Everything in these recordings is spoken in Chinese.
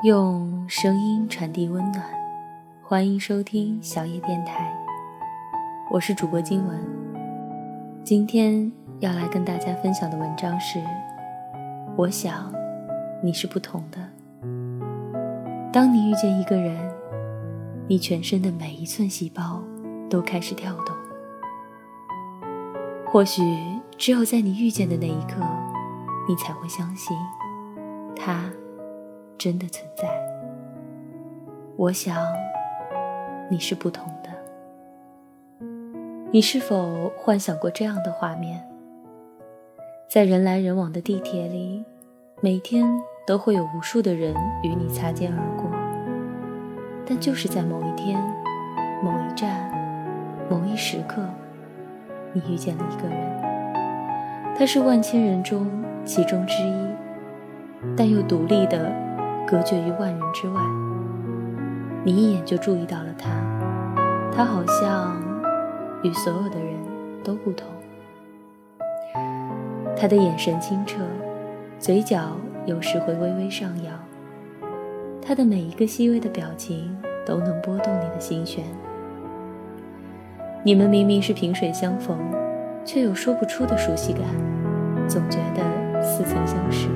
用声音传递温暖，欢迎收听小野电台，我是主播金文。今天要来跟大家分享的文章是我想你是不同的。当你遇见一个人，你全身的每一寸细胞都开始跳动。或许只有在你遇见的那一刻，你才会相信他真的存在。我想你是不同的。你是否幻想过这样的画面？在人来人往的地铁里，每天都会有无数的人与你擦肩而过，但就是在某一天、某一站、某一时刻，你遇见了一个人，他是万千人中其中之一，但又独立地隔绝于万人之外。你一眼就注意到了他，他好像与所有的人都不同。他的眼神清澈，嘴角有时会微微上扬，他的每一个细微的表情都能拨动你的心弦。你们明明是萍水相逢，却有说不出的熟悉感，总觉得似曾相识。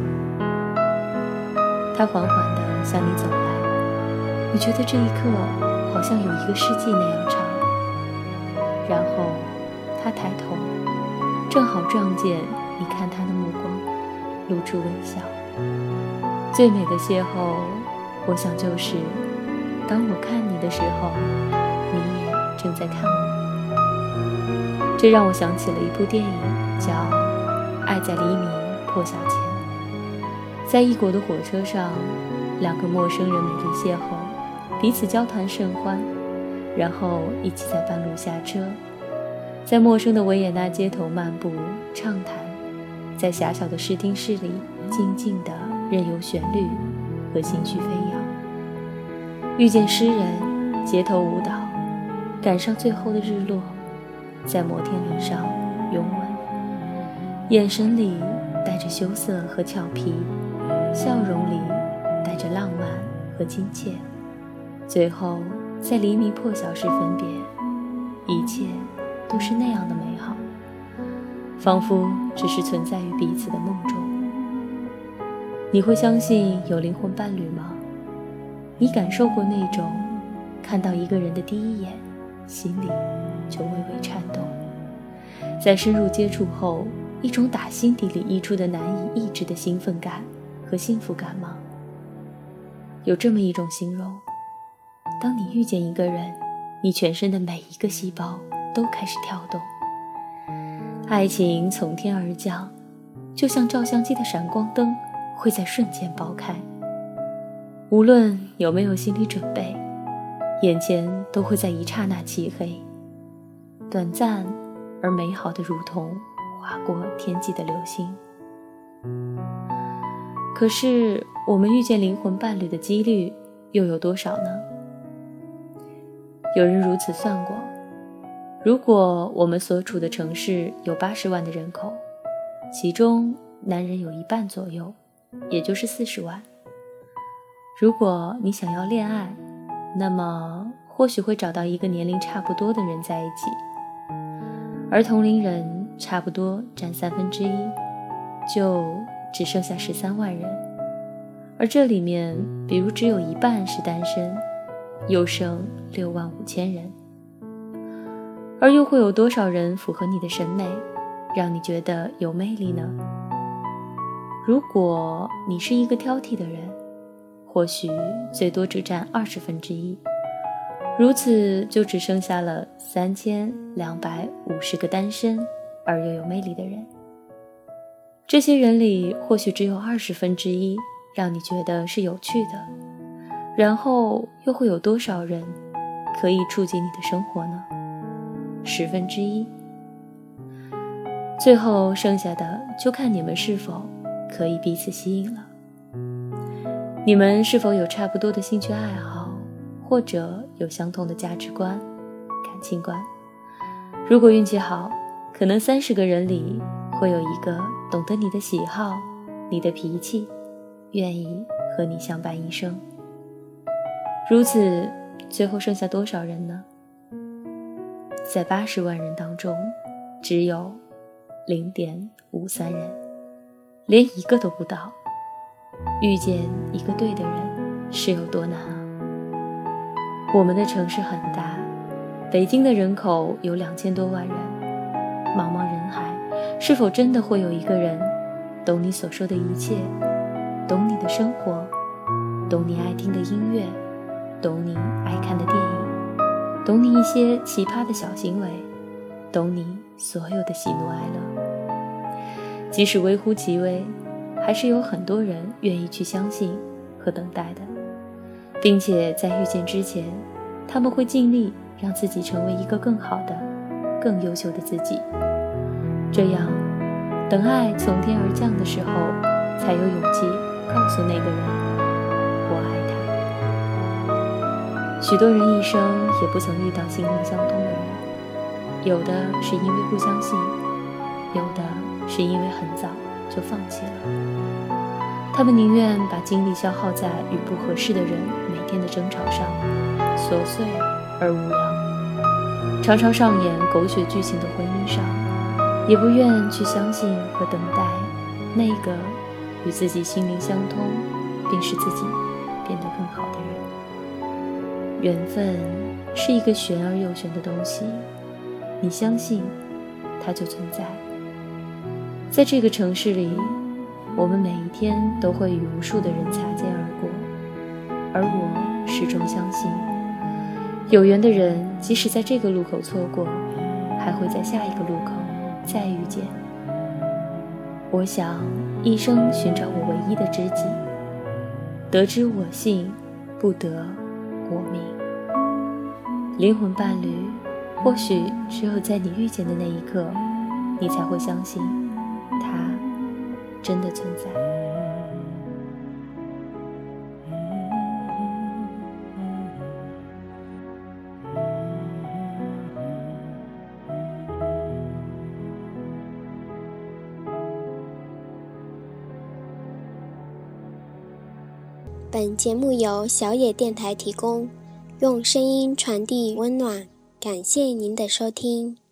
他缓缓地向你走来，你觉得这一刻好像有一个世纪那样长。然后他抬头，正好撞见你看他的目光，露出微笑。最美的邂逅，我想就是当我看你的时候，你也正在看我。这让我想起了一部电影，叫《爱在黎明破晓前》。在异国的火车上，两个陌生人美丽邂逅，彼此交谈甚欢，然后一起在半路下车，在陌生的维也纳街头漫步畅谈，在狭小的视听室里静静地任由旋律和情绪飞扬。遇见诗人，街头舞蹈，赶上最后的日落，在摩天轮上拥吻，眼神里带着羞涩和俏皮，笑容里带着浪漫和亲切，最后在黎明破晓时分别，一切都是那样的美好，仿佛只是存在于彼此的梦中。你会相信有灵魂伴侣吗？你感受过那种看到一个人的第一眼，心里就微微颤动，在深入接触后，一种打心底里溢出的难以抑制的兴奋感和幸福感吗？有这么一种形容，当你遇见一个人，你全身的每一个细胞都开始跳动。爱情从天而降，就像照相机的闪光灯，会在瞬间爆开。无论有没有心理准备，眼前都会在一刹那漆黑，短暂而美好的如同划过天际的流星。可是我们遇见灵魂伴侣的几率又有多少呢？有人如此算过，如果我们所处的城市有80万的人口，其中男人有一半左右，也就是40万。如果你想要恋爱，那么或许会找到一个年龄差不多的人在一起，而同龄人差不多占1/3，就只剩下13万人。而这里面，比如只有一半是单身，又剩65000人。而又会有多少人符合你的审美，让你觉得有魅力呢？如果你是一个挑剔的人，或许最多只占1/20，如此就只剩下了3250个单身而又有魅力的人。这些人里或许只有1/20让你觉得是有趣的，然后又会有多少人可以触及你的生活呢？1/10。最后剩下的就看你们是否可以彼此吸引了。你们是否有差不多的兴趣爱好，或者有相同的价值观、感情观？如果运气好，可能30个人里会有一个懂得你的喜好、你的脾气，愿意和你相伴一生。 如此，最后剩下多少人呢？在80万人当中，只有0.53人，连一个都不到。遇见一个对的人是有多难啊！我们的城市很大，北京的人口有2000多万人，茫茫人海，是否真的会有一个人懂你所说的一切，懂你的生活，懂你爱听的音乐，懂你爱看的电影，懂你一些奇葩的小行为，懂你所有的喜怒哀乐？即使微乎其微，还是有很多人愿意去相信和等待的，并且在遇见之前，他们会尽力让自己成为一个更好的、更优秀的自己。这样，等爱从天而降的时候，才有勇气告诉那个人，我爱他。许多人一生也不曾遇到心灵相通的人，有的是因为不相信，有的是因为很早就放弃了。他们宁愿把精力消耗在与不合适的人每天的争吵上，琐碎而无聊，常常上演狗血剧情的婚姻上，也不愿去相信和等待那个与自己心灵相通并使自己变得更好的人。缘分是一个玄而又玄的东西，你相信它就存在。在这个城市里，我们每一天都会与无数的人擦肩而过，而我始终相信，有缘的人即使在这个路口错过，还会在下一个路口再遇见。我想一生寻找我唯一的知己，得之我幸，不得我命。灵魂伴侣，或许只有在你遇见的那一刻，你才会相信它真的存在。 本节目由小野电台提供，用声音传递温暖，感谢您的收听。